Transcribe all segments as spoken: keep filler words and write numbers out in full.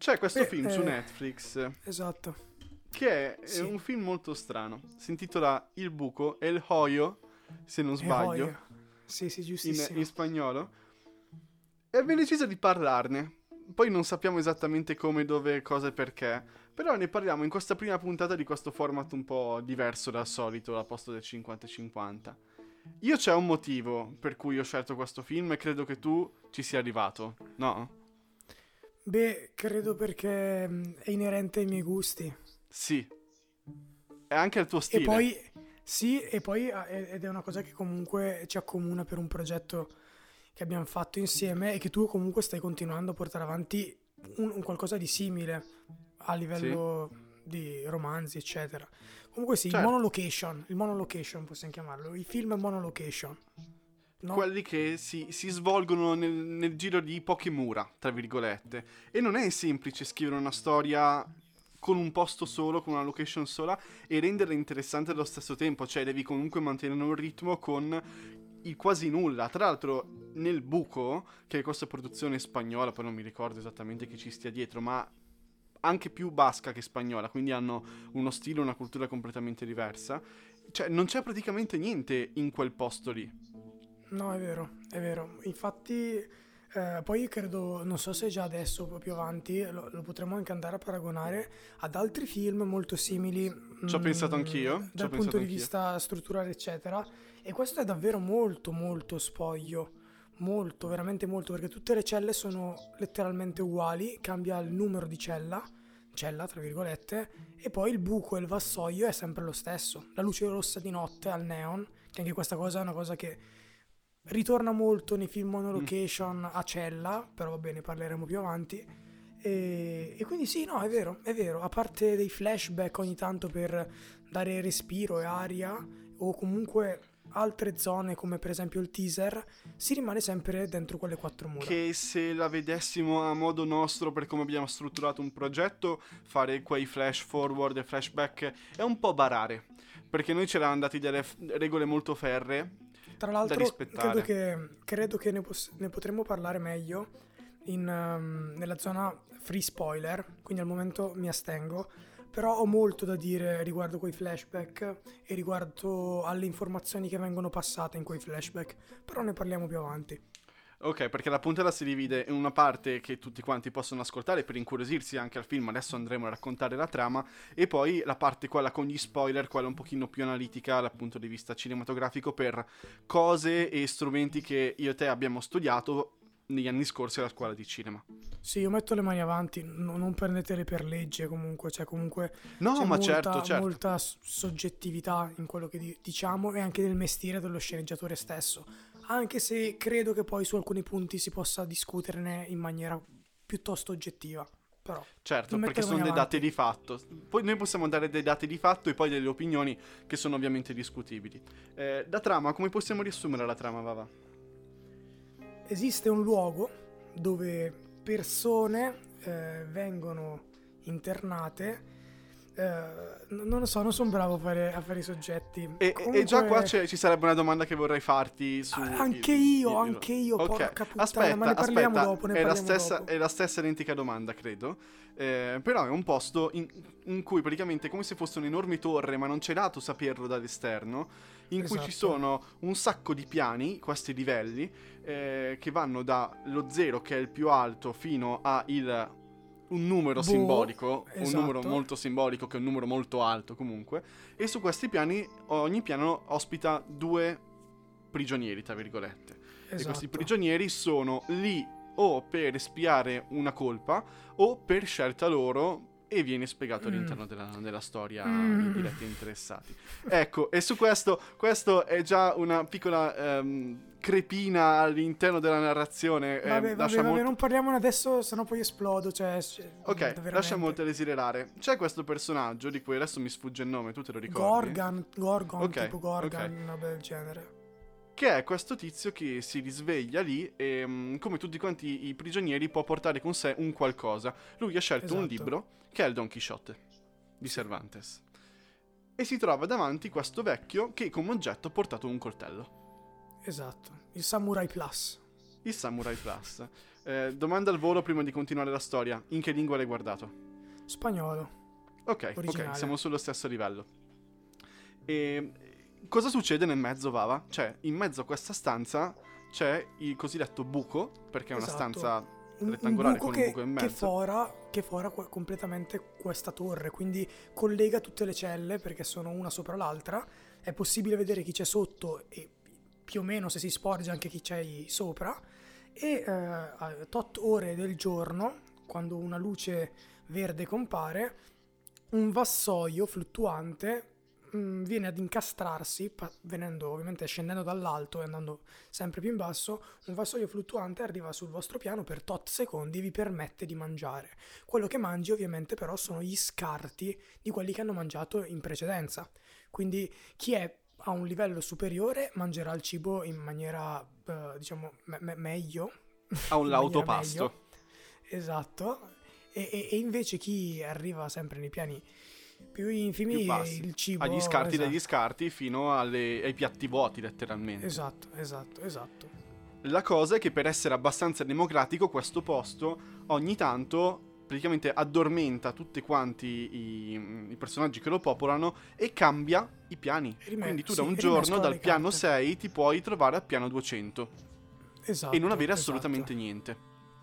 C'è questo Beh, film eh, su Netflix Esatto. che è Sì. un film molto strano. Si intitola Il buco, El Hoyo, se non E sbaglio, poi... Sì, sì, in, giustissimo. in spagnolo. E abbiamo deciso di parlarne. Poi non sappiamo esattamente come, dove, cosa e perché. Però ne parliamo in questa prima puntata di questo format un po' diverso dal solito, al posto del cinquanta cinquanta. Io c'è un motivo per cui ho scelto questo film e credo che tu ci sia arrivato, no? Beh, credo perché mh, è inerente ai miei gusti. Sì. È anche il tuo E stile. poi, sì, e poi ah, è- ed è una cosa che comunque ci accomuna per un progetto che abbiamo fatto insieme e che tu comunque stai continuando a portare avanti un, un qualcosa di simile a Sì. livello di romanzi, eccetera. Comunque sì, il Certo. monolocation, il monolocation possiamo chiamarlo, i film monolocation, no? Quelli che si, si svolgono nel, nel giro di poche mura, tra virgolette. E non è semplice scrivere una storia con un posto solo, con una location sola, e renderla interessante allo stesso tempo. Cioè, devi comunque mantenere un ritmo con il quasi nulla. Tra l'altro, nel buco, che è questa produzione spagnola, poi non mi ricordo esattamente chi ci stia dietro, ma anche più basca che spagnola, quindi hanno uno stile, una cultura completamente diversa. Cioè, non c'è praticamente niente in quel posto lì. No, è vero, è vero. Infatti, eh, poi credo, non so se già adesso o più avanti, lo, lo potremmo anche andare a paragonare ad altri film molto simili Ci ho pensato mh, anch'io, ci ho dal pensato punto di anch'io. vista strutturale, eccetera. E questo è davvero molto, molto spoglio. Molto, veramente molto, perché tutte le celle sono letteralmente uguali, cambia il numero di cella, cella tra virgolette, e poi il buco e il vassoio è sempre lo stesso. La luce rossa di notte al neon, che anche questa cosa è una cosa che ritorna molto nei film Mm. monolocation a cella, però va bene, parleremo più avanti. E, e quindi sì, no, è vero, è vero. A parte dei flashback ogni tanto per dare respiro e aria, o comunque altre zone come per esempio il teaser, si rimane sempre dentro quelle quattro mura. Che se la vedessimo a modo nostro, per come abbiamo strutturato un progetto, fare quei flash forward e flashback è un po' barare. Perché noi ci eravamo dati delle f- regole molto ferree Tra da l'altro, credo rispettare. che, credo che ne, poss- ne potremmo parlare meglio in, ehm, nella zona free spoiler, quindi al momento mi astengo, però ho molto da dire riguardo quei flashback e riguardo alle informazioni che vengono passate in quei flashback, però ne parliamo più avanti. Ok, perché la puntata si divide in una parte che tutti quanti possono ascoltare per incuriosirsi anche al film, adesso andremo a raccontare la trama, e poi la parte quella con gli spoiler, quella un pochino più analitica dal punto di vista cinematografico per cose e strumenti che io e te abbiamo studiato negli anni scorsi alla scuola di cinema. Sì, io metto le mani avanti, no- non prendetele per legge comunque, cioè comunque No, c'è ma certo, molta, certo. molta s- soggettività in quello che di- diciamo e anche nel mestiere dello sceneggiatore stesso, anche se credo che poi su alcuni punti si possa discuterne in maniera piuttosto oggettiva, però Certo, mi metto perché le sono mani dei dati avanti. di fatto. Poi noi possiamo dare dei dati di fatto e poi delle opinioni che sono ovviamente discutibili. Eh, da trama, come possiamo riassumere la trama, Vava? Esiste un luogo dove persone eh, vengono internate. Eh, n- non lo so, non sono bravo a fare, a fare i soggetti. E, e- e già qua Comunque, c'è- ci sarebbe una domanda che vorrei farti su... a- il- anche io, il- il- anche io, Ok, porca puttana, ma aspetta, ne parliamo aspetta, dopo, ne è la parliamo stessa, dopo. è la stessa identica domanda, credo. Eh, però è un posto in, in cui praticamente è come se fosse un'enorme torre, ma non c'è dato saperlo dall'esterno, in cui ci Esatto. sono un sacco di piani, questi livelli, eh, che vanno dallo zero, che è il più alto, fino a il... un numero Boh, simbolico, un numero esatto. molto simbolico, che è un numero molto alto comunque, e su questi piani ogni piano ospita due prigionieri, tra virgolette. E questi Esatto. prigionieri sono lì o per espiare una colpa o per scelta loro, e viene spiegato Mm. all'interno della, della storia Mm. ai diretti interessati. Ecco, e su questo, questo è già una piccola ehm, crepina all'interno della narrazione. eh, Vabbè, vabbè, lascia vabbè, molto- non parliamone adesso, sennò poi esplodo, cioè... cioè, Ok, veramente. lascia molto desiderare. C'è questo personaggio di cui adesso mi sfugge il nome, tu te lo ricordi? Gorgon, Gorgon, Ok, tipo Gorgon, ok. una roba del genere. Che è questo tizio che si risveglia lì e, mm, come tutti quanti i prigionieri, può portare con sé un qualcosa. Lui ha scelto un Esatto. libro, che è il Don Chisciotte di Cervantes. E si trova davanti questo vecchio che come oggetto ha portato un coltello. Esatto, il Samurai Plus. Il Samurai Plus. Eh, domanda al volo prima di continuare la storia. In che lingua l'hai guardato? Spagnolo. Ok, Originale. ok, siamo sullo stesso livello. E cosa succede nel mezzo, Vava? Cioè, in mezzo a questa stanza c'è il cosiddetto buco, perché è una Esatto. stanza Un, rettangolare un buco con che, un buco in che mezzo. fora, che fora que- completamente questa torre, quindi collega tutte le celle perché sono una sopra l'altra. È possibile vedere chi c'è sotto e più o meno, se si sporge, anche chi c'è sopra. E eh, a tot ore del giorno, quando una luce verde compare, un vassoio fluttuante mh, viene ad incastrarsi, pa- venendo ovviamente scendendo dall'alto e andando sempre più in basso. Un vassoio fluttuante arriva sul vostro piano per tot secondi e vi permette di mangiare. Quello che mangi ovviamente però sono gli scarti di quelli che hanno mangiato in precedenza. Quindi chi è a un livello superiore mangerà il cibo in maniera eh, diciamo me- me- meglio Ha un in maniera lautopasto. meglio. Esatto. E, e- e invece chi arriva sempre nei piani più infimi, Più bassi. il cibo Agli scarti esatto. degli scarti fino alle- ai piatti vuoti, letteralmente. Esatto, esatto, esatto. La cosa è che per essere abbastanza democratico questo posto ogni tanto praticamente addormenta tutti quanti i, i personaggi che lo popolano e cambia i piani. Rime- Quindi tu sì, da un giorno rimescola dal le piano carte. sei ti puoi trovare al piano duecento Esatto, e non avere esatto. assolutamente niente.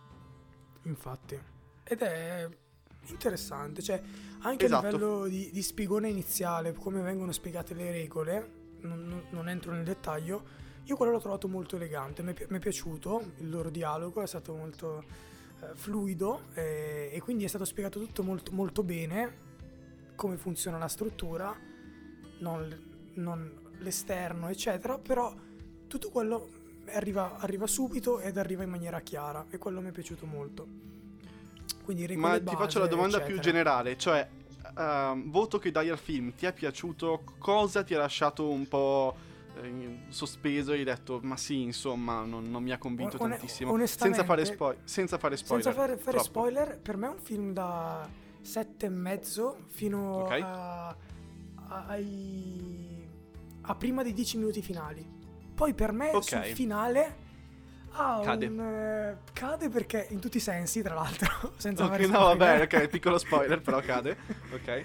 Infatti. Ed è interessante, cioè anche Esatto. a livello di, di spigone iniziale, come vengono spiegate le regole, non, non- non entro nel dettaglio, io quello l'ho trovato molto elegante, mi è, pi- mi è piaciuto, il loro dialogo è stato molto eh, fluido eh, e quindi è stato spiegato tutto molto, molto bene, come funziona la struttura, non, l- non l'esterno eccetera, però tutto quello arriva, arriva subito ed arriva in maniera chiara e quello mi è piaciuto molto. Quindi regole Ma ti base, faccio la domanda più eccetera. generale, cioè ehm, voto che dai al film, ti è piaciuto? Cosa ti ha lasciato un po' eh, sospeso e hai detto ma sì, insomma, non, non mi ha convinto On- tantissimo, onestamente, senza fare, spoi- senza fare spoiler. Senza fare, fare troppo. spoiler, per me è un film da sette e mezzo fino Ok. a, a- ai, a prima dei dieci minuti finali. Poi per me Ok. sul finale ha Cade. un eh, cade perché in tutti i sensi, tra l'altro, senza Ok, fare no, spoiler. vabbè, ok, piccolo spoiler, però cade. Ok, E,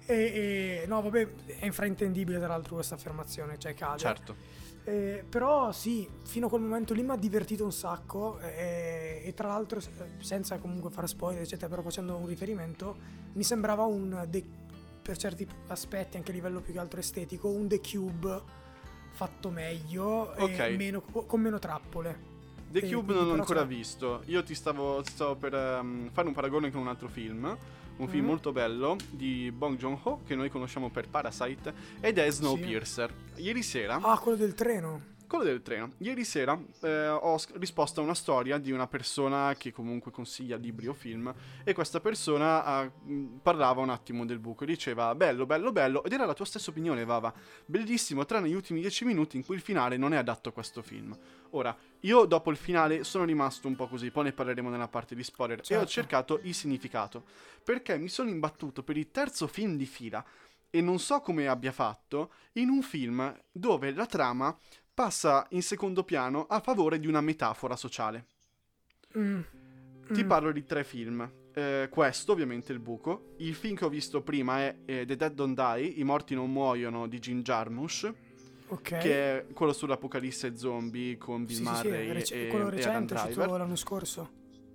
e- no, vabbè, è infraintendibile tra l'altro questa affermazione, cioè cade. certo. Eh, però sì, fino a quel momento lì mi ha divertito un sacco e, e tra l'altro se- senza comunque fare spoiler eccetera, però facendo un riferimento, mi sembrava un The- per certi aspetti anche a livello più che altro estetico, un The Cube fatto meglio Ok. e meno, con meno trappole. The E Cube quindi non l'ho però ancora c'è- visto. Io ti stavo, stavo per ehm, fare un paragone con un altro film. Un film Mhm. molto bello di Bong Joon-ho che noi conosciamo per Parasite ed è Snowpiercer. Ieri sera, Ah, quello del treno. quello del treno, ieri sera eh, ho sc- risposto a una storia di una persona che comunque consiglia libri o film e questa persona ah, mh, parlava un attimo del buco e diceva bello, bello, bello ed era la tua stessa opinione, Vava. Bellissimo, tranne gli ultimi dieci minuti in cui il finale non è adatto a questo film. Ora, io dopo il finale sono rimasto un po' così, poi ne parleremo nella parte di spoiler, e ho Certo. cercato il significato, perché mi sono imbattuto per il terzo film di fila, e non so come abbia fatto, in un film dove la trama passa in secondo piano a favore di una metafora sociale. Mm. Ti Mm. parlo di tre film. Eh, questo, ovviamente, il buco. Il film che ho visto prima è eh, The Dead Don't Die, I morti non muoiono di Jim Jarmusch, Ok. che è quello sull'apocalisse zombie con Bill Sì, sì, sì, Murray è rec- e, quello e Adam recente, è Driver. uscito l'anno scorso.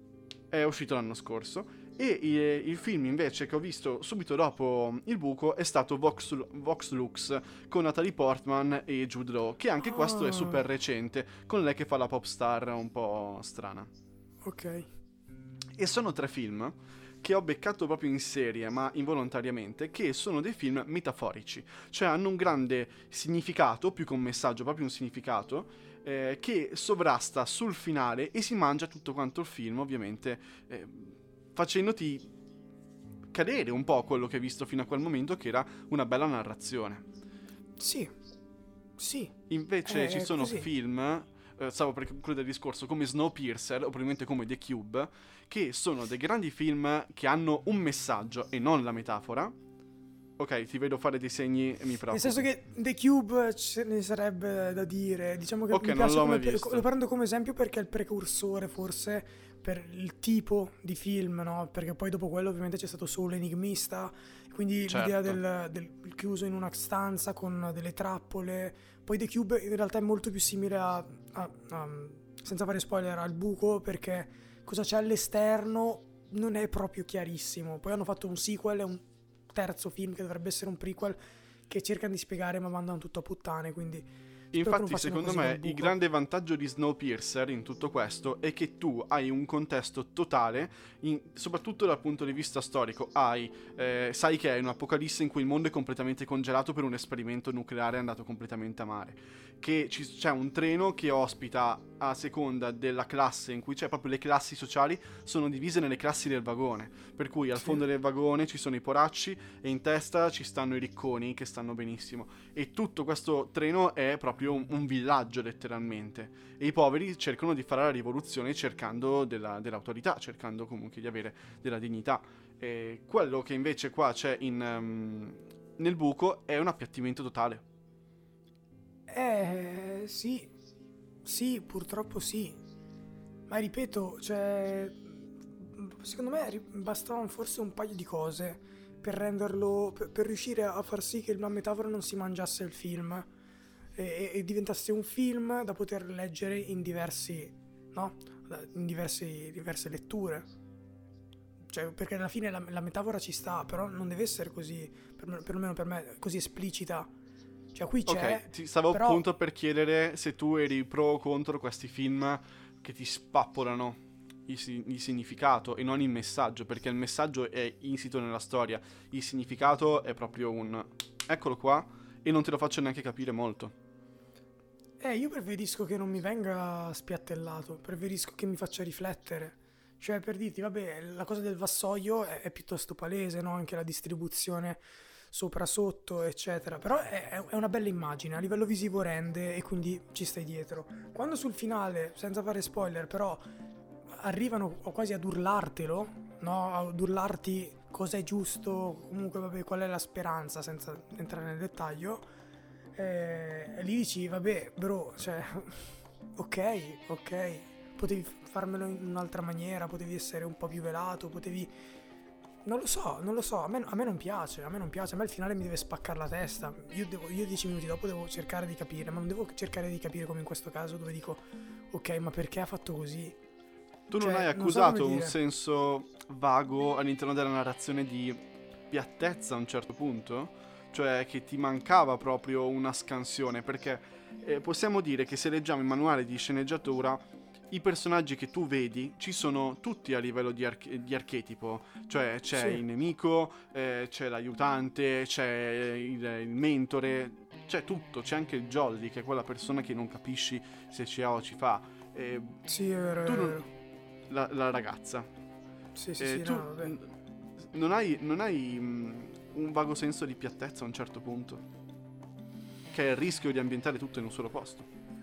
È uscito l'anno scorso. E eh, il film invece che ho visto subito dopo il buco è stato Vox, Vox Lux con Natalie Portman e Jude Law, che anche questo è Ah. super recente, con lei che fa la pop star un po' strana. Ok. E sono tre film che ho beccato proprio in serie, ma involontariamente, che sono dei film metaforici, cioè hanno un grande significato, più che un messaggio, proprio un significato, eh, che sovrasta sul finale e si mangia tutto quanto il film, ovviamente, eh, facendoti cadere un po' quello che hai visto fino a quel momento, che era una bella narrazione. Sì. Sì. Invece Eh, ci sono così. film, eh, stavo per concludere il discorso, come Snowpiercer o probabilmente come The Cube, che sono dei grandi film che hanno un messaggio e non la metafora. Ok, ti vedo fare dei segni e mi preoccupo. Nel senso che The Cube ce ne sarebbe da dire. Diciamo che Ok, mi non piace l'ho come mai visto. lo prendo come esempio perché è il precursore forse per il tipo di film, no? Perché poi dopo quello ovviamente c'è stato solo Enigmista, quindi Certo. l'idea del, del chiuso in una stanza con delle trappole. Poi The Cube in realtà è molto più simile a, a- a- senza fare spoiler, al buco, perché cosa c'è all'esterno non è proprio chiarissimo. Poi hanno fatto un sequel e un terzo film che dovrebbe essere un prequel che cercano di spiegare ma mandano tutto a puttane, quindi spero che non Infatti, facciano secondo così me, col il buco. grande vantaggio di Snowpiercer in tutto questo è che tu hai un contesto totale, in- soprattutto dal punto di vista storico. Hai, eh, sai che è un'apocalisse in cui il mondo è completamente congelato per un esperimento nucleare andato completamente a mare. Che ci- c'è un treno che ospita, a seconda della classe in cui c'è, proprio le classi sociali sono divise nelle classi del vagone. Per cui al Sì. fondo del vagone ci sono i poracci e in testa ci stanno i ricconi che stanno benissimo. E tutto questo treno è proprio un, un villaggio letteralmente, e i poveri cercano di fare la rivoluzione cercando della- dell'autorità, cercando comunque di avere della dignità. E quello che invece qua c'è in, ehm, nel buco è un appiattimento totale. Eh, sì, sì, purtroppo sì. Ma ripeto, cioè, secondo me ri- bastavano forse un paio di cose per renderlo, per, per riuscire a far sì che la metafora non si mangiasse il film e, e- e diventasse un film da poter leggere in diversi, no? In diversi, diverse letture. Cioè, perché alla fine la, la metafora ci sta, però non deve essere così, per- perlomeno per me, così esplicita. Cioè, qui c'è, Ok, ti stavo però appunto per chiedere se tu eri pro o contro questi film che ti spappolano il, si- il significato e non il messaggio, perché il messaggio è insito nella storia, il significato è proprio un eccolo qua e non te lo faccio neanche capire molto. Eh, io preferisco che non mi venga spiattellato, preferisco che mi faccia riflettere. Cioè, per dirti, vabbè, la cosa del vassoio è, è piuttosto palese, no? Anche la distribuzione sopra, sotto, eccetera. Però è, è una bella immagine, a livello visivo rende e quindi ci stai dietro. Quando sul finale, senza fare spoiler, però arrivano quasi ad urlartelo, no? Ad urlarti cos'è giusto, comunque, vabbè, qual è la speranza, senza entrare nel dettaglio. E lì dici, vabbè, bro, cioè, ok, ok, potevi farmelo in un'altra maniera, potevi essere un po' più velato, potevi... Non lo so, non lo so, a me, a me non piace, a me non piace, a me il finale mi deve spaccare la testa. Io, devo, io dieci minuti dopo devo cercare di capire, ma non devo cercare di capire come in questo caso dove dico, ok, ma perché ha fatto così? Tu non hai Cioè, non so come accusato un dire. senso vago all'interno della narrazione di piattezza a un certo punto? Cioè che ti mancava proprio una scansione? Perché eh, possiamo dire che se leggiamo il manuale di sceneggiatura, i personaggi che tu vedi ci sono tutti a livello di, arche- di archetipo. Cioè c'è Sì, il nemico, eh, c'è l'aiutante, c'è il, il mentore, c'è tutto, c'è anche il jolly, che è quella persona che non capisci se ci ha o ci fa. Eh, sì, è vero, è tu non, vero. la, la ragazza. Sì, sì, Eh, sì, tu no, vabbè. n- non hai, non hai mm, un vago senso di piattezza a un certo punto, che è il rischio di ambientare tutto in un solo posto.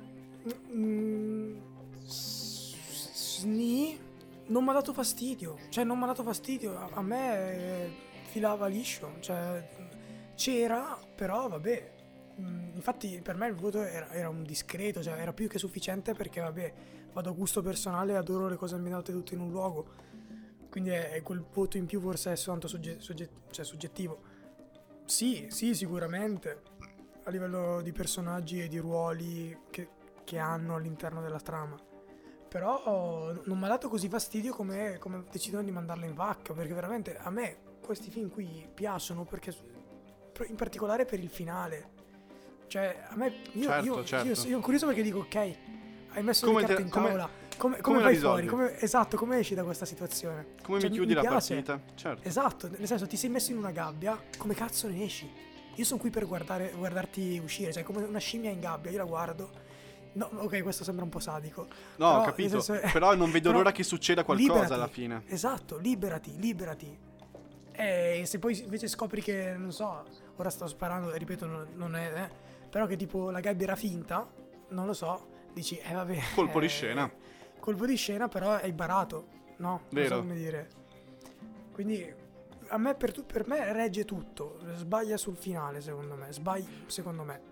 Mm, s- Sni non mi ha dato fastidio, cioè non mi ha dato fastidio, a, a me eh, filava liscio, cioè c'era, però vabbè. Mm, infatti per me il voto era, era un discreto, cioè era più che sufficiente perché vabbè, vado a gusto personale e adoro le cose ambientate tutte in un luogo, quindi è, è quel voto in più forse è soltanto sogge- sogge- cioè soggettivo. Sì, sì, sicuramente a livello di personaggi e di ruoli che, che hanno all'interno della trama. Però non mi ha dato così fastidio come, come decidono di mandarla in vacca, perché veramente a me questi film qui piacciono perché in particolare per il finale. Cioè, a me io, io, Certo, io, io certo. sono curioso perché dico, ok, hai messo le Come, carte te- in come- tavola, come, come come la vai fuori? risolvi? Come, esatto, come esci da questa situazione? Come mi Cioè, mi, chiudi mi la piace. partita? Certo. Esatto, nel senso ti sei messo in una gabbia, come cazzo ne esci? Io sono qui per guardare, guardarti uscire, cioè come una scimmia in gabbia, io la guardo. No, ok, questo sembra un po' sadico. No, ho Però, nel capito. senso, Però non vedo però l'ora che succeda qualcosa liberati. alla fine. Esatto, liberati, liberati. E se poi invece scopri che, non so, ora sto sparando, ripeto, non, non è... Eh, però che tipo la gabbia era finta, non lo so, dici, eh vabbè... Colpo di eh, scena. colpo di scena, però è barato, no? Non so Vero. come dire. Quindi a me per, tu- per me regge tutto, sbaglia sul finale secondo me, sbaglia secondo me.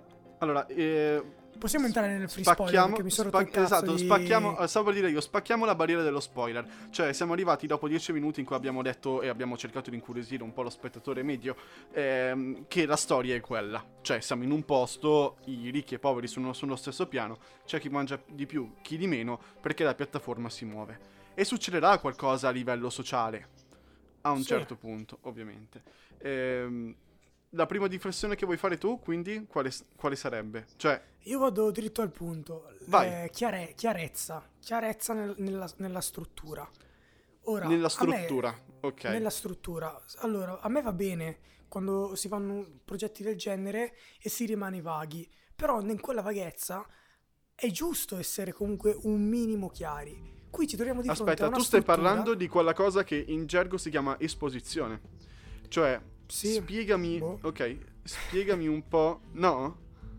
Allora, eh, possiamo entrare nel free spoiler perché mi sono rotto il spac- cazzo esatto, di... spacchiamo, stavo per dire io, spacchiamo la barriera dello spoiler. Cioè, siamo arrivati dopo dieci minuti in cui abbiamo detto e abbiamo cercato di incuriosire un po' lo spettatore medio, ehm, che la storia è quella. Cioè, siamo in un posto, i ricchi e i poveri sono sullo stesso piano, c'è chi mangia di più, chi di meno, perché la piattaforma si muove. E succederà qualcosa a livello sociale, a un Sì. certo punto, ovviamente. Ehm... La prima riflessione che vuoi fare tu, quindi, quale, quale sarebbe? Cioè, io vado dritto al punto. Vai. Eh, chiare- chiarezza. Chiarezza nel- nella, nella struttura. Ora, nella a struttura, me- ok. Nella struttura. Allora, a me va bene quando si fanno progetti del genere e si rimane vaghi. Però in quella vaghezza è giusto essere comunque un minimo chiari. Qui ci troviamo di fronte Aspetta, a una tu stai struttura- parlando di quella cosa che in gergo si chiama esposizione. Cioè, Sì. spiegami... Boh. Ok, spiegami un po'... No?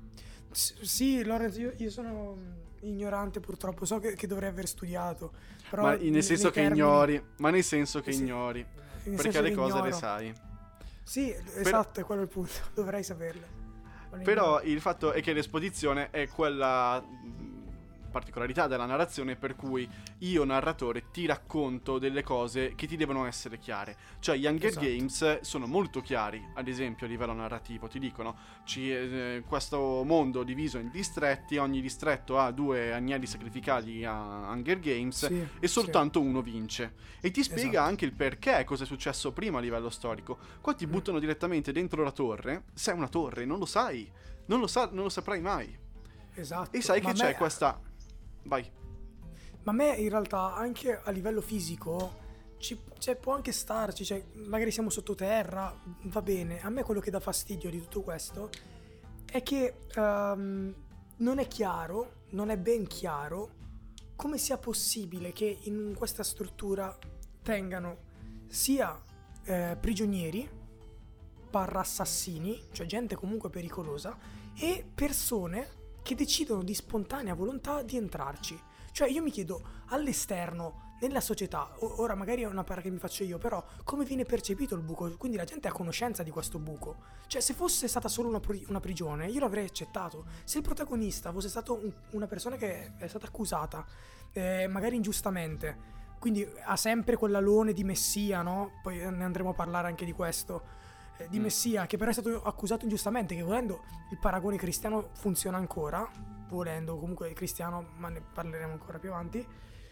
S- sì, Lorenzo, io, io sono mm, ignorante purtroppo, so che, che dovrei aver studiato. Però Ma nel nei- senso nei che termini- ignori. Ma nel senso che Sì, ignori. nel Perché senso le che cose le ignoro. sai. Sì, esatto, è quello il punto. Dovrei saperle. Ma le Però ignoro. il fatto è che l'esposizione è quella mh, particolarità della narrazione per cui io, narratore, ti racconto delle cose che ti devono essere chiare. Cioè, gli Hunger Esatto. Games sono molto chiari, ad esempio a livello narrativo. Ti dicono, ci, eh, questo mondo diviso in distretti, ogni distretto ha due agnelli sacrificali a Hunger Games Sì, e soltanto uno vince. E ti spiega Esatto. anche il perché, cosa è successo prima a livello storico. Qua ti Mm. buttano direttamente dentro la torre, sei una torre, non lo sai. Non lo, sa- non lo saprai mai. sì, esatto. E sai Ma che a c'è me- questa... Vai. Ma a me in realtà anche a livello fisico ci, cioè, può anche starci, cioè, magari siamo sottoterra, va bene. A me quello che dà fastidio di tutto questo è che ehm, non è chiaro, non è ben chiaro come sia possibile che in questa struttura tengano sia eh, prigionieri, barra assassini, cioè gente comunque pericolosa, e persone che decidono di spontanea volontà di entrarci. Cioè io mi chiedo, all'esterno, nella società, o- ora magari è una para che mi faccio io, però come viene percepito il buco? Quindi la gente ha conoscenza di questo buco. Cioè se fosse stata solo una, pri- una prigione, io l'avrei accettato. Se il protagonista fosse stato un- una persona che è stata accusata, eh, magari ingiustamente, quindi ha sempre quell'alone di messia, no? Poi ne andremo a parlare anche di questo. eh, Di Mm. messia, che però è stato accusato ingiustamente, che volendo il paragone cristiano funziona ancora, volendo comunque il cristiano, ma ne parleremo ancora più avanti,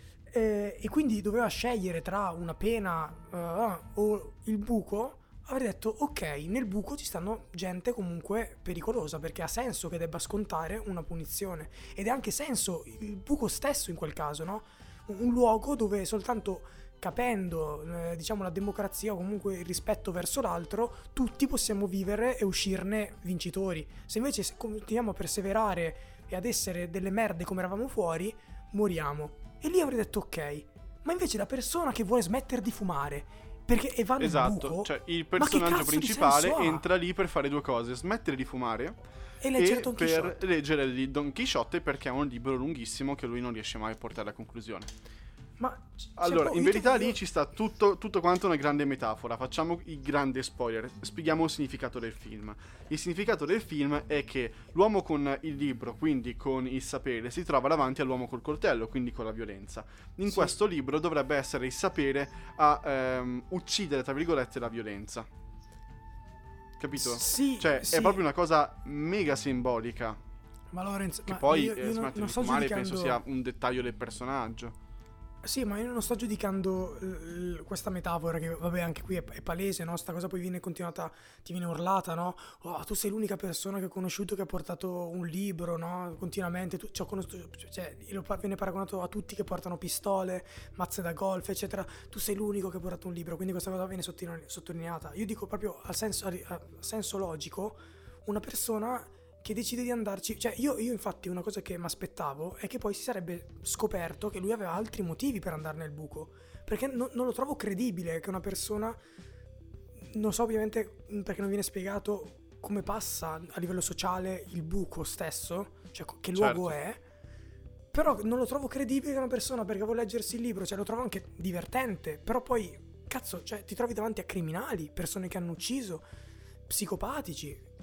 eh, e quindi doveva scegliere tra una pena eh, o il buco. Avrei detto ok, nel buco ci stanno gente comunque pericolosa, perché ha senso che debba scontare una punizione, ed ha anche senso il buco stesso in quel caso, no? Un, un luogo dove soltanto capendo eh, diciamo la democrazia o comunque il rispetto verso l'altro, tutti possiamo vivere e uscirne vincitori. Se invece se continuiamo a perseverare e ad essere delle merde come eravamo fuori, moriamo. E lì avrei detto ok, ma invece la persona che vuole smettere di fumare perché e va nel Esatto, buco, cioè il ma che personaggio cazzo di principale senso ha? entra lì per fare due cose: smettere di fumare E leggere e Don per Chisciotte. leggere il Don Chisciotte, perché è un libro lunghissimo che lui non riesce mai a portare a conclusione. Ma c- Allora, cioè, in io- verità io- lì ci sta tutto, tutto quanto una grande metafora. Facciamo il grande spoiler, spieghiamo il significato del film. Il significato del film è che l'uomo con il libro, quindi con il sapere, si trova davanti all'uomo col coltello, quindi con la violenza. In Sì. questo libro dovrebbe essere il sapere a ehm, uccidere, tra virgolette, la violenza. Capito? Sì, Cioè, sì. è proprio una cosa mega simbolica. Ma Lorenz, Che ma poi io, eh, io non, smettere non di sto fumare giudicando. penso sia un dettaglio del personaggio. Sì, ma io non sto giudicando l- l- questa metafora che, vabbè, anche qui è, è palese, no? Sta cosa poi viene continuata, ti viene urlata, no? Oh, tu sei l'unica persona che ho conosciuto che ha portato un libro, no? Continuamente, tu, ci ho conosciuto, cioè, lo pa- viene paragonato a tutti che portano pistole, mazze da golf, eccetera. Tu sei l'unico che ha portato un libro, quindi questa cosa viene sottoline- sottolineata. Io dico proprio a senso, a, a senso logico, una persona che decide di andarci, cioè io, io infatti una cosa che mi aspettavo è che poi si sarebbe scoperto che lui aveva altri motivi per andare nel buco, perché no- non lo trovo credibile che una persona, non so ovviamente perché non viene spiegato come passa a livello sociale il buco stesso, cioè co- che luogo Certo. è, però non lo trovo credibile che una persona, perché vuole leggersi il libro, cioè lo trovo anche divertente, però poi cazzo, cioè ti trovi davanti a criminali, persone che hanno ucciso, psicopatici, cioè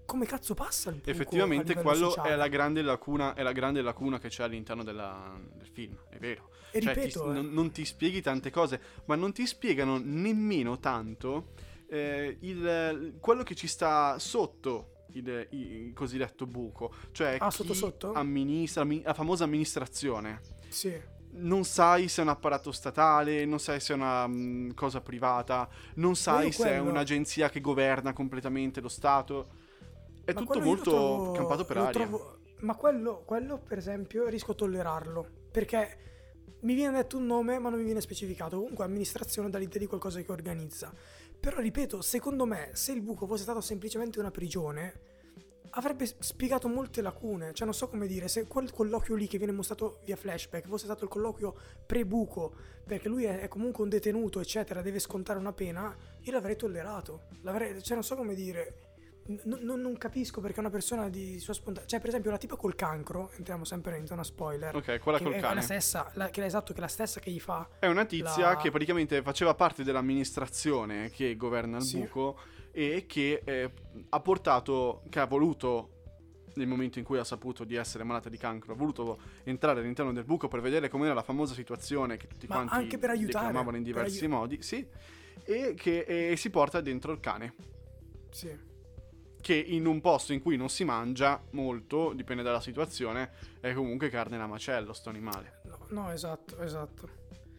come cazzo passa il buco? Effettivamente a livello quello sociale? è la grande lacuna, è la grande lacuna che c'è all'interno della- del film, è vero. E Cioè, ripeto, ti- eh. non, non ti spieghi tante cose, ma non ti spiegano nemmeno tanto eh, il, quello che ci sta sotto il, il cosiddetto buco, cioè Ah, chi sotto sotto? amministra, ammi- la famosa amministrazione. Sì. Non sai se è un apparato statale, non sai se è una mh, cosa privata, non sai io se è quello- un'agenzia che governa completamente lo Stato. È Ma tutto quello io lo molto trovo- campato per lo aria. trovo- ma quello, quello, per esempio, riesco a tollerarlo. Perché mi viene detto un nome, ma non mi viene specificato. Comunque, amministrazione dà l'idea di qualcosa che organizza. Però, ripeto, secondo me, se il buco fosse stato semplicemente una prigione, avrebbe spiegato molte lacune. Cioè, non so come dire, se quel colloquio lì che viene mostrato via flashback fosse stato il colloquio pre-buco, perché lui è, è comunque un detenuto, eccetera, deve scontare una pena, io l'avrei tollerato. L'avrei, cioè, non so come dire. N- non, non capisco perché una persona di sua spontanea, cioè per esempio la tipa col cancro, entriamo sempre in zona spoiler, Ok, quella che col è cane. la stessa, la, che è esatto, che è la stessa che gli fa È una tizia la- che praticamente faceva parte dell'amministrazione che governa il Sì. buco e che eh, ha portato, che ha voluto, nel momento in cui ha saputo di essere malata di cancro, ha voluto entrare all'interno del buco per vedere com'era la famosa situazione che tutti Ma quanti anche per aiutare, declamavano in per diversi aiu- modi, sì, e che e si porta dentro il cane. sì. Che in un posto in cui non si mangia molto, dipende dalla situazione, è comunque carne da macello sto animale. No, no, esatto, esatto.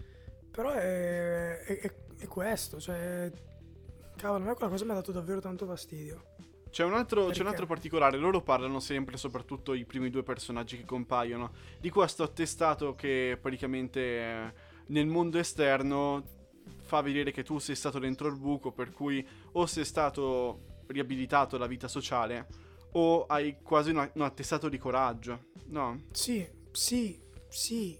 Però è, è, è- è questo, cioè cavolo, a me quella cosa mi ha dato davvero tanto fastidio. C'è un, altro, c'è Perché? un altro particolare, loro parlano sempre, soprattutto i primi due personaggi che compaiono, di questo attestato che praticamente eh, nel mondo esterno fa vedere che tu sei stato dentro il buco, per cui o sei stato riabilitato alla vita sociale o hai quasi un, un attestato di coraggio, no? Sì, sì, sì.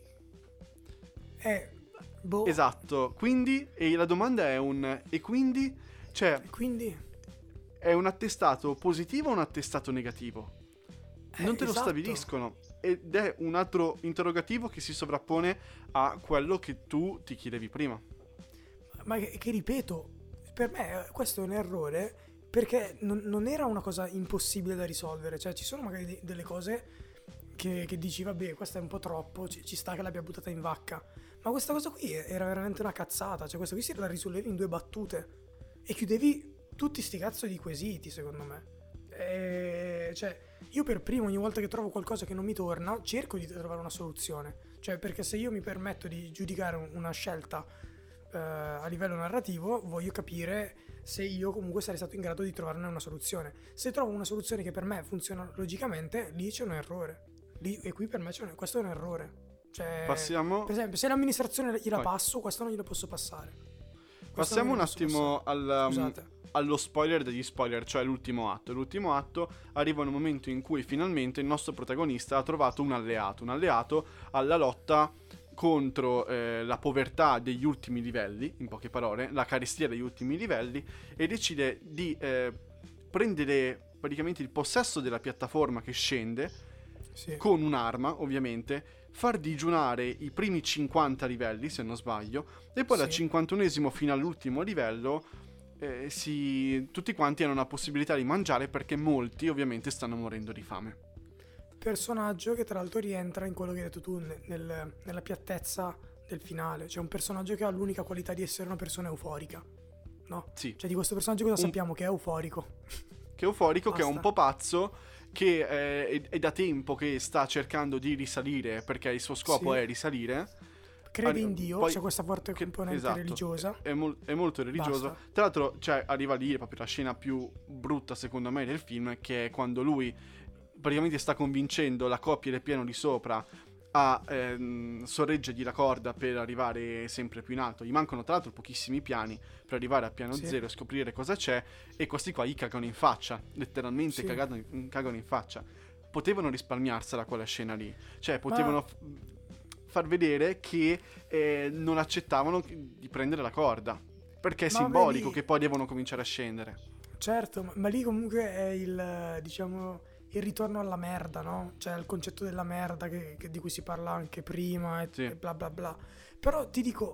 È boh. Esatto, quindi, e la domanda è un, e quindi, cioè, Quindi è un attestato positivo o un attestato negativo? Non Eh, te lo esatto. stabiliscono ed è un altro interrogativo che si sovrappone a quello che tu ti chiedevi prima. ma che, che ripeto, per me eh, questo è un errore perché non, non era una cosa impossibile da risolvere, cioè ci sono magari de- delle cose che, che dici vabbè questa è un po' troppo, ci, ci sta che l'abbia buttata in vacca, ma questa cosa qui era veramente una cazzata, cioè questa qui si la risolvevi in due battute e chiudevi tutti sti cazzo di quesiti secondo me. E, cioè io per primo ogni volta che trovo qualcosa che non mi torna cerco di trovare una soluzione, cioè perché se io mi permetto di giudicare un- una scelta eh, a livello narrativo voglio capire se io comunque sarei stato in grado di trovarne una soluzione. Se trovo una soluzione che per me funziona logicamente, lì c'è un errore. Lì, e qui per me c'è un, questo è un errore. Cioè, Passiamo, per esempio, se l'amministrazione gliela Vai. passo, questo non glielo posso passare. Questo passiamo non un glielo posso attimo passare. al, um, Scusate. allo spoiler degli spoiler, cioè l'ultimo atto. L'ultimo atto arriva in un momento in cui finalmente il nostro protagonista ha trovato un alleato, un alleato alla lotta contro eh, la povertà degli ultimi livelli, in poche parole, la carestia degli ultimi livelli, e decide di eh, prendere praticamente il possesso della piattaforma che scende Sì. con un'arma, ovviamente, far digiunare i primi cinquanta livelli, se non sbaglio, e poi dal Sì. cinquantunesimo fino all'ultimo livello eh, si... tutti quanti hanno la possibilità di mangiare perché molti ovviamente stanno morendo di fame. Personaggio che tra l'altro rientra in quello che hai detto tu ne- nel- nella piattezza del finale, cioè un personaggio che ha l'unica qualità di essere una persona euforica, no? Sì, Cioè di questo personaggio cosa Un- sappiamo? Che è euforico. che è euforico, che è un Basta. po' pazzo, che eh, è, è da tempo che sta cercando di risalire perché il suo scopo Sì. è risalire. Crede Ah, in Dio, poi- c'è questa forte che- componente esatto, religiosa. È, mol- è molto religioso. Basta. Tra l'altro, cioè, arriva lì è proprio la scena più brutta, secondo me, del film, che è quando lui praticamente sta convincendo la coppia del piano di sopra a ehm, sorreggergli la corda per arrivare sempre più in alto. Gli mancano tra l'altro pochissimi piani per arrivare al piano Sì. zero e scoprire cosa c'è, e questi qua gli cagano in faccia, letteralmente Sì. cagano in- cagano in faccia. Potevano risparmiarsela quella scena lì, cioè potevano f- far vedere che eh, non accettavano di prendere la corda, perché è Ma simbolico vedi- che poi devono cominciare a scendere. Certo, ma, ma lì comunque è il, diciamo, il ritorno alla merda, no? Cioè il concetto della merda che, che- di cui si parla anche prima e, Sì. e bla bla bla. Però ti dico,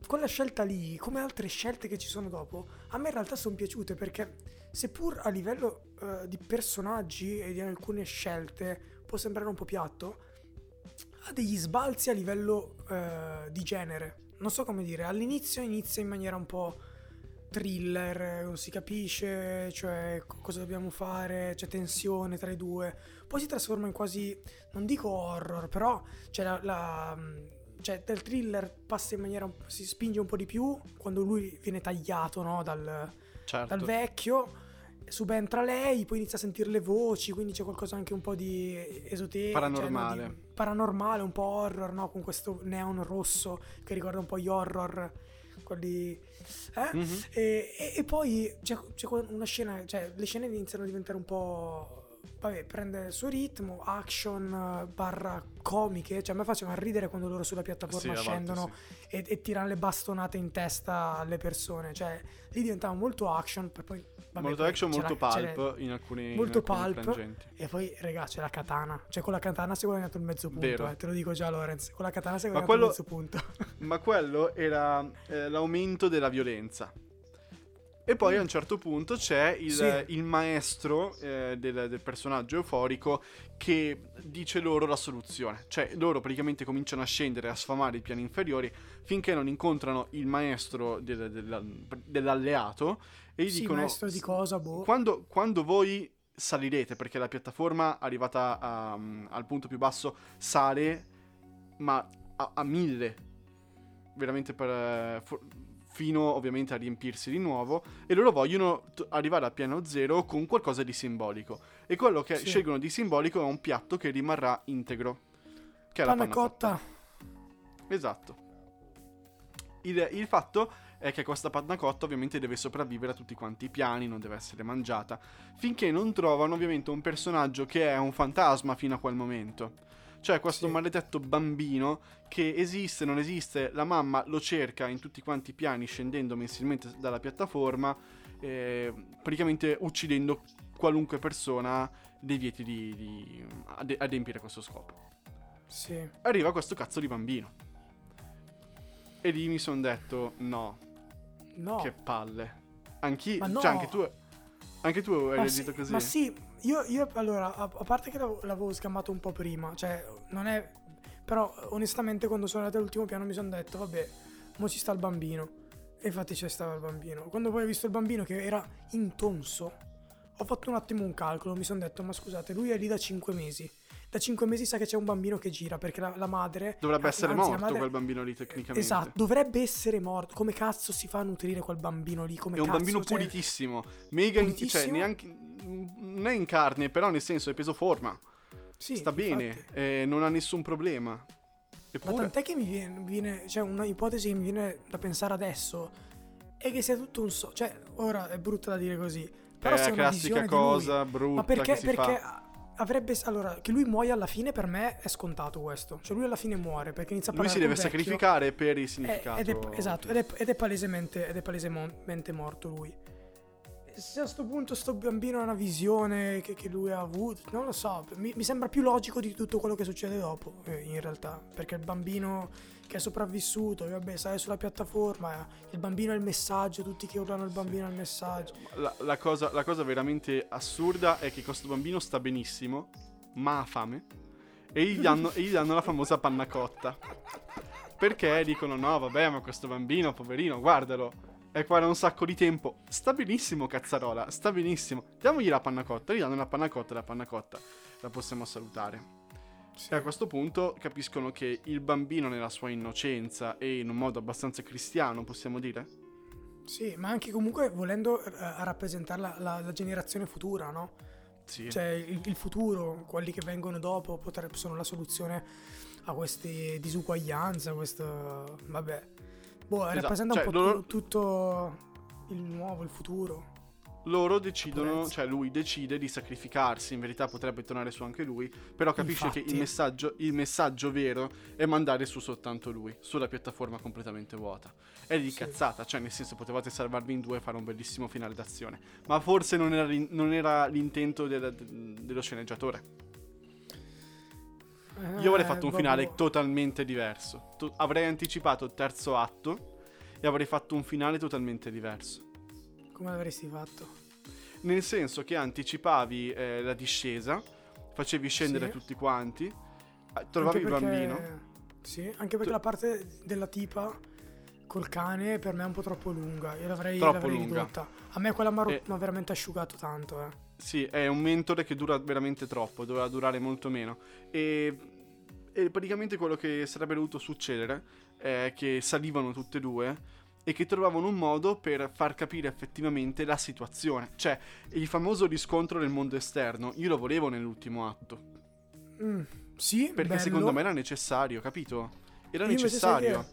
quella scelta lì, come altre scelte che ci sono dopo, a me in realtà sono piaciute, perché seppur a livello uh, di personaggi e di alcune scelte può sembrare un po' piatto, ha degli sbalzi a livello uh, di genere. Non so come dire, all'inizio inizia in maniera un po' thriller, non si capisce, cioè cosa dobbiamo fare, c'è tensione tra i due, poi si trasforma in quasi, non dico horror, però c'è la, la cioè del thriller passa in maniera, si spinge un po' di più quando lui viene tagliato, no, dal, certo. dal vecchio, subentra lei, poi inizia a sentire le voci, quindi c'è qualcosa anche un po' di esoterico, paranormale, cioè, no, di paranormale, un po' horror, no, con questo neon rosso che ricorda un po' gli horror, quelli eh? mm-hmm. e, e, e poi c'è, c'è una scena, cioè le scene iniziano a diventare un po', vabbè, prende il suo ritmo, action barra comiche, cioè a me facevano ridere quando loro sulla piattaforma sì, scendono volte, sì. e, e tirano le bastonate in testa alle persone, cioè lì diventava molto action, per poi vabbè, molto poi action, molto la, pulp in alcuni molto in alcuni pulp frangenti. E poi raga c'è la katana, cioè con la katana si è guadagnato il mezzo punto, eh, te lo dico già Lorenz, con la katana si è guadagnato quello, il mezzo punto. Ma quello era eh, l'aumento della violenza. E poi mm. a un certo punto c'è il, sì. il maestro eh, del, del personaggio euforico che dice loro la soluzione. Cioè loro praticamente cominciano a scendere, a sfamare i piani inferiori finché non incontrano il maestro del, del, dell'alleato e gli sì, dicono maestro di cosa, boh. quando, quando voi salirete, perché la piattaforma arrivata a, um, al punto più basso sale ma a, a mille veramente per... For, fino ovviamente a riempirsi di nuovo, e loro vogliono t- arrivare al piano zero con qualcosa di simbolico, e quello che sì. scelgono di simbolico è un piatto che rimarrà integro, che è panna la panna cotta. cotta. Esatto. Il, il fatto è che questa panna cotta ovviamente deve sopravvivere a tutti quanti i piani, non deve essere mangiata, finché non trovano ovviamente un personaggio che è un fantasma fino a quel momento. Cioè questo sì. maledetto bambino che esiste, non esiste, la mamma lo cerca in tutti quanti i piani scendendo mensilmente dalla piattaforma, eh, praticamente uccidendo qualunque persona devieti di, di ad- adempiere questo scopo. Sì. Arriva questo cazzo di bambino. E lì mi son detto, no, no. che palle. Anch'io, ma no. cioè anche tu, anche tu hai ma reagito sì, così? Ma sì, io, io allora, a, a parte che l'avevo, l'avevo scammato un po' prima, cioè non è... Però onestamente quando sono andato all'ultimo piano mi sono detto, vabbè, mo ci sta il bambino. E infatti c'è stato il bambino. Quando poi ho visto il bambino che era intonso, ho fatto un attimo un calcolo, mi sono detto, ma scusate, lui è lì da cinque mesi. Da cinque mesi sa che c'è un bambino che gira, perché la, la madre... Dovrebbe essere anzi, morto madre, quel bambino lì tecnicamente. Esatto, dovrebbe essere morto. Come cazzo si fa a nutrire quel bambino lì? Come è un cazzo, bambino cioè... pulitissimo. Mega, pulitissimo? Cioè neanche... Non è in carne, però nel senso è peso forma. Sì, sta bene, eh, non ha nessun problema. Eppure... Ma tant'è che mi viene, viene... Cioè una ipotesi che mi viene da pensare adesso è che sia tutto un so... Cioè, ora è brutta da dire così, però è se la classica cosa brutta ma perché, che si perché fa. Avrebbe, allora, che lui muoia alla fine per me è scontato questo. Cioè lui alla fine muore perché inizia a lui parlare lui si deve vecchio, sacrificare per il significato. Ed è, esatto, ed è, ed è palesemente ed è palesemente morto lui. E se a sto punto sto bambino ha una visione che, che lui ha avuto, non lo so, mi, mi sembra più logico di tutto quello che succede dopo, eh, in realtà, perché il bambino che è sopravvissuto, vabbè, sale sulla piattaforma, il bambino è il messaggio, tutti che urlano il bambino è il messaggio. La, la, cosa, la cosa veramente assurda è che questo bambino sta benissimo, ma ha fame, e gli danno, e gli danno la famosa panna cotta. Perché dicono, no vabbè, ma questo bambino, poverino, guardalo, è qua da un sacco di tempo, sta benissimo cazzarola, sta benissimo, diamogli la panna cotta, gli danno la panna cotta, la panna cotta la possiamo salutare. Sì. E a questo punto capiscono che il bambino nella sua innocenza e in un modo abbastanza cristiano, possiamo dire? Sì, ma anche comunque volendo uh, rappresentare la, la, la generazione futura, no? Sì. Cioè il, il futuro, quelli che vengono dopo potrebbero sono la soluzione a queste disuguaglianze, a questo, vabbè. Boh, esatto. Rappresenta cioè, un po' loro... tu, tutto il nuovo, il futuro. Loro decidono, cioè lui decide di sacrificarsi, in verità potrebbe tornare su anche lui, però capisce Infatti. che il messaggio, il messaggio vero è mandare su soltanto lui, sulla piattaforma completamente vuota. È di sì. cazzata, cioè nel senso potevate salvarvi in due e fare un bellissimo finale d'azione, ma forse non era, non era l'intento del, dello sceneggiatore. Eh, Io avrei fatto un finale totalmente diverso. To- avrei anticipato il terzo atto e avrei fatto un finale totalmente diverso. Come l'avresti fatto? Nel senso che anticipavi eh, la discesa, facevi scendere Sì. tutti quanti, eh, trovavi Anche il perché- bambino. Sì, anche perché Tu- la parte della tipa col cane per me è un po' troppo lunga. Io l'avrei, Troppo l'avrei lunga. ridotta. A me quella mi ha ro- Eh. mi ha veramente asciugato tanto, eh. Sì, è un mentore che dura veramente troppo, doveva durare molto meno. E, e praticamente quello che sarebbe dovuto succedere è che salivano tutte e due e che trovavano un modo per far capire effettivamente la situazione. Cioè, il famoso riscontro nel mondo esterno, io lo volevo nell'ultimo atto. Mm, sì, Perché bello. secondo me era necessario, capito? Era Io invece sai necessario.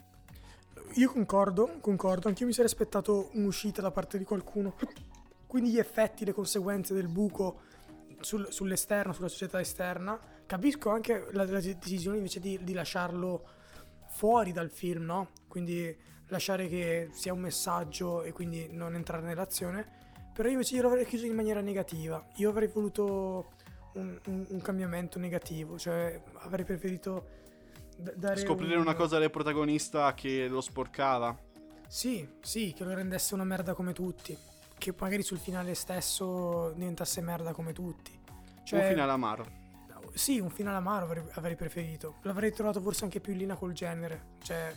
che- Io concordo, concordo. Anch'io mi sarei aspettato un'uscita da parte di qualcuno. Quindi gli effetti, le conseguenze del buco sul- sull'esterno, sulla società esterna. Capisco anche la, la decisione invece di, di lasciarlo fuori dal film, no? Quindi lasciare che sia un messaggio e quindi non entrare nell'azione. Però io invece io l'avrei chiuso in maniera negativa. Io avrei voluto un, un- un cambiamento negativo. Cioè avrei preferito d- dare Scoprire un- una cosa del protagonista che lo sporcava. Sì, sì, che lo rendesse una merda come tutti. Che magari sul finale stesso diventasse merda come tutti. Cioè, Un finale amaro. Sì, un finale amaro avrei, avrei preferito. L'avrei trovato forse anche più in linea col genere. Cioè,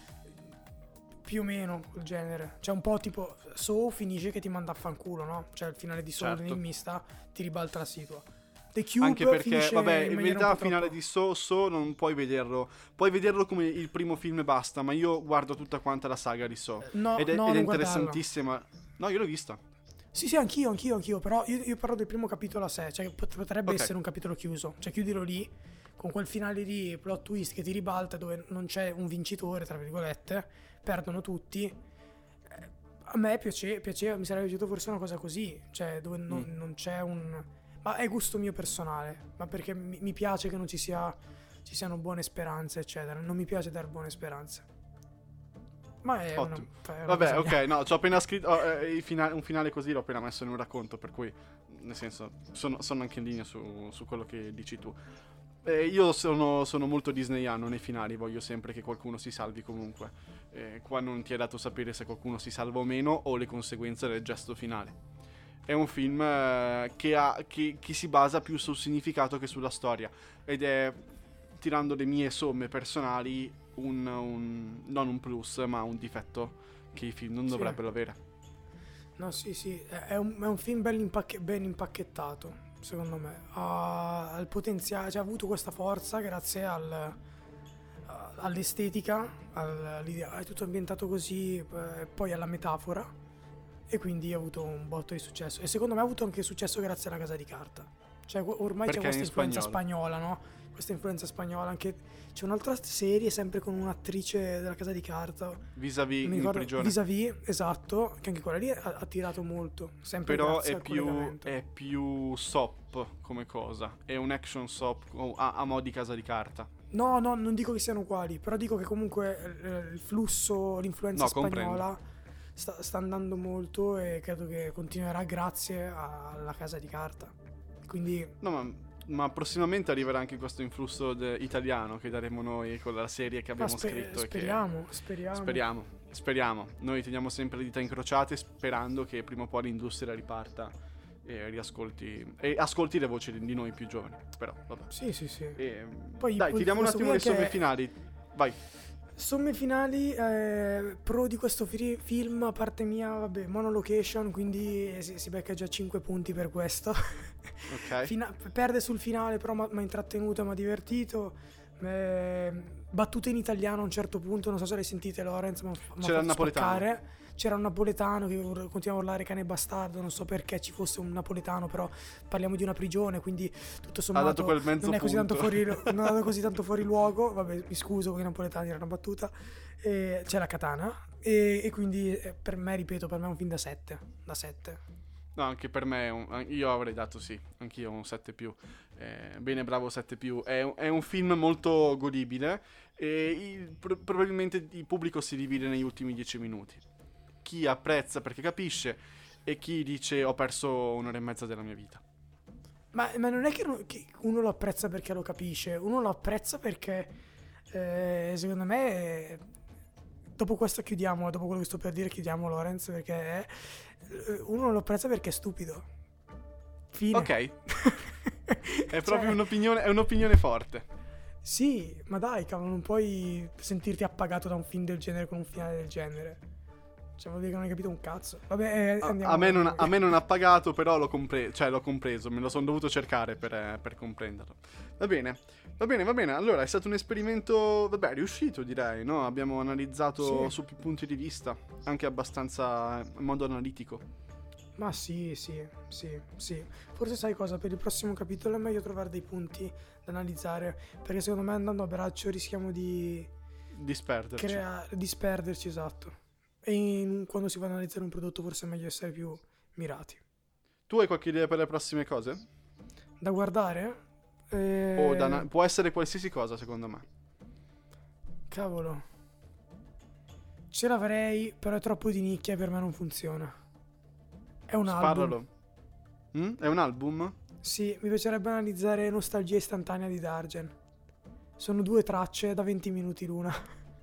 più o meno col genere. Cioè, un po' tipo So finisce che ti manda a fanculo, no? Cioè, il finale di So Certo. l'enigmista ti ribalta la situa. The Cube Anche perché, finisce vabbè, in in maniera verità un il po' finale troppo- di So So non puoi vederlo. Puoi vederlo come il primo film e basta, ma io guardo tutta quanta la saga di So. No, ed è, no, ed è non guardarlo. interessantissima. No, io l'ho vista. Sì, sì, anch'io, anch'io, anch'io. Però io, io parlo del primo capitolo a sé. Cioè, pot- potrebbe Ok. essere un capitolo chiuso. Cioè, chiudilo lì, con quel finale lì, plot twist che ti ribalta, dove non c'è un vincitore, tra virgolette. Perdono tutti. Eh, A me piace, piaceva, mi sarebbe piaciuto forse una cosa così. Cioè, dove non, Mm. non c'è un... Ma è gusto mio personale. Ma perché mi, mi piace che non ci sia... Ci siano buone speranze, eccetera. Non mi piace dare buone speranze. Ma è una, Ottimo. è una Vabbè, cosa ok, mia. no, ci ho appena scritto oh, eh, il finale- un finale così l'ho appena messo in un racconto, per cui, nel senso, sono, sono anche in linea su, su quello che dici tu. Eh, io sono, sono molto disneyano nei finali, voglio sempre che qualcuno si salvi comunque. Eh, qua non ti è dato sapere se qualcuno si salva o meno o le conseguenze del gesto finale. È un film eh, che, ha, che, che si basa più sul significato che sulla storia ed è, tirando le mie somme personali, un, un- non un plus ma un difetto che i film non Sì. dovrebbero avere. No, sì, sì, è è un, è un film ben, impacche- ben impacchettato, secondo me. Ha il potenziale, cioè ha avuto questa forza grazie al, a- all'estetica, al- all'idea, è tutto ambientato così, eh, poi alla metafora, e quindi ha avuto un botto di successo. E secondo me ha avuto anche successo grazie alla Casa di Carta. Cioè ormai Perché c'è questa in influenza spagnolo. spagnola, no? Questa influenza spagnola, anche c'è un'altra serie sempre con un'attrice della Casa di Carta. Vis-à-vis Non mi in ricordo, prigione. Vis-à-vis, esatto, che anche quella lì ha, ha tirato molto, sempre Però grazie è al più, collegamento. è più soap come cosa. È un action soap o- a, a mo' di Casa di Carta. No, no, non dico che siano uguali, però dico che comunque eh, il flusso, l'influenza No, comprendo. spagnola sta, sta andando molto e credo che continuerà grazie alla Casa di Carta. Quindi No, ma, ma prossimamente arriverà anche questo influsso de- italiano che daremo noi con la serie che ma abbiamo spe- scritto. e che- speriamo, speriamo. Speriamo, speriamo. Noi teniamo sempre le dita incrociate sperando che prima o poi l'industria riparta e riascolti e ascolti le voci di noi più giovani. Però, vabbè. Sì, sì, sì. E, Poi dai, ti diamo un questo attimo qui le somme anche- finali. Vai. Somme finali, eh, pro di questo fi- film, a parte mia, vabbè, monolocation, quindi si, si becca già cinque punti per questo. Ok. Fina- perde sul finale, però mi ha intrattenuto, mi ha divertito. Eh, battute in italiano a un certo punto, non so se le sentite, Lorenz, ma m'ha C'era il fatto napoletano. spaccare. C'era un napoletano che ur- continuava a urlare cane bastardo, non so perché ci fosse un napoletano, però parliamo di una prigione, quindi tutto sommato dato quel mezzo non è così tanto punto. fuori, non è dato così tanto fuori luogo. Vabbè, mi scuso con i napoletani, era una battuta. E c'è la katana e, e quindi eh, per me, ripeto, per me è un film da sette, da sette. No, anche per me è un- io avrei dato sì, anch'io un sette più. Eh, bene, bravo sette più. È, un- è un film molto godibile e il- pro- probabilmente il pubblico si divide negli ultimi dieci minuti. Chi apprezza perché capisce e chi dice ho perso un'ora e mezza della mia vita. Ma, ma non è che uno, che uno lo apprezza perché lo capisce, uno lo apprezza perché eh, secondo me eh, dopo questo chiudiamo, dopo quello che sto per dire chiudiamo Lorenz, perché è, uno non lo apprezza perché è stupido. Fine. Ok. È Cioè, proprio un'opinione, è un'opinione forte. Sì, ma dai, cavolo, non puoi sentirti appagato da un film del genere con un finale del genere. Cioè, vuol dire che non hai capito un cazzo. Vabbè, eh, A, andiamo a me non, avanti. a me non ha pagato, però l'ho, compre- cioè, l'ho compreso, me lo sono dovuto cercare per, eh, per comprenderlo. Va bene, va bene, va bene. Allora, è stato un esperimento, vabbè, riuscito direi, no? Abbiamo analizzato Sì. su più punti di vista, anche abbastanza in modo analitico. Ma sì, sì, sì, sì. Forse sai cosa? Per il prossimo capitolo è meglio trovare dei punti da analizzare, perché secondo me andando a braccio rischiamo di Disperderci. creare, disperderci, esatto. E in- quando si va ad analizzare un prodotto forse è meglio essere più mirati. Tu hai qualche idea per le prossime cose? Da guardare? Eh, O da na- può essere qualsiasi cosa, secondo me. Cavolo. Ce l'avrei, però è troppo di nicchia e per me non funziona. È un album. Sparalo. Mm? È un album? Sì, mi piacerebbe analizzare Nostalgia istantanea di Dargen. Sono due tracce da venti minuti l'una.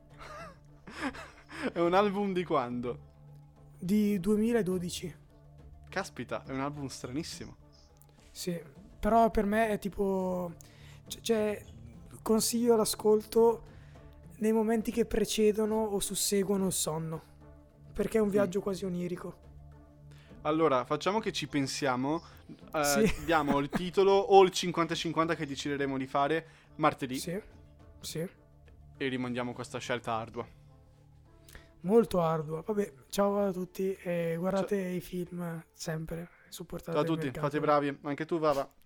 È un album di quando? Di duemiladodici. Caspita, è un album stranissimo. Sì, però per me è tipo... c- Cioè, consiglio l'ascolto nei momenti che precedono o susseguono il sonno. Perché è un viaggio quasi onirico. Allora, facciamo che ci pensiamo. eh, Sì. Diamo il titolo o il cinquanta cinquanta che decideremo di fare martedì Sì, sì. e rimandiamo questa scelta ardua. Molto ardua. Vabbè, ciao a tutti e guardate i film sempre. Supportate Ciao a il tutti, mercato. fate bravi. Anche tu, Vava.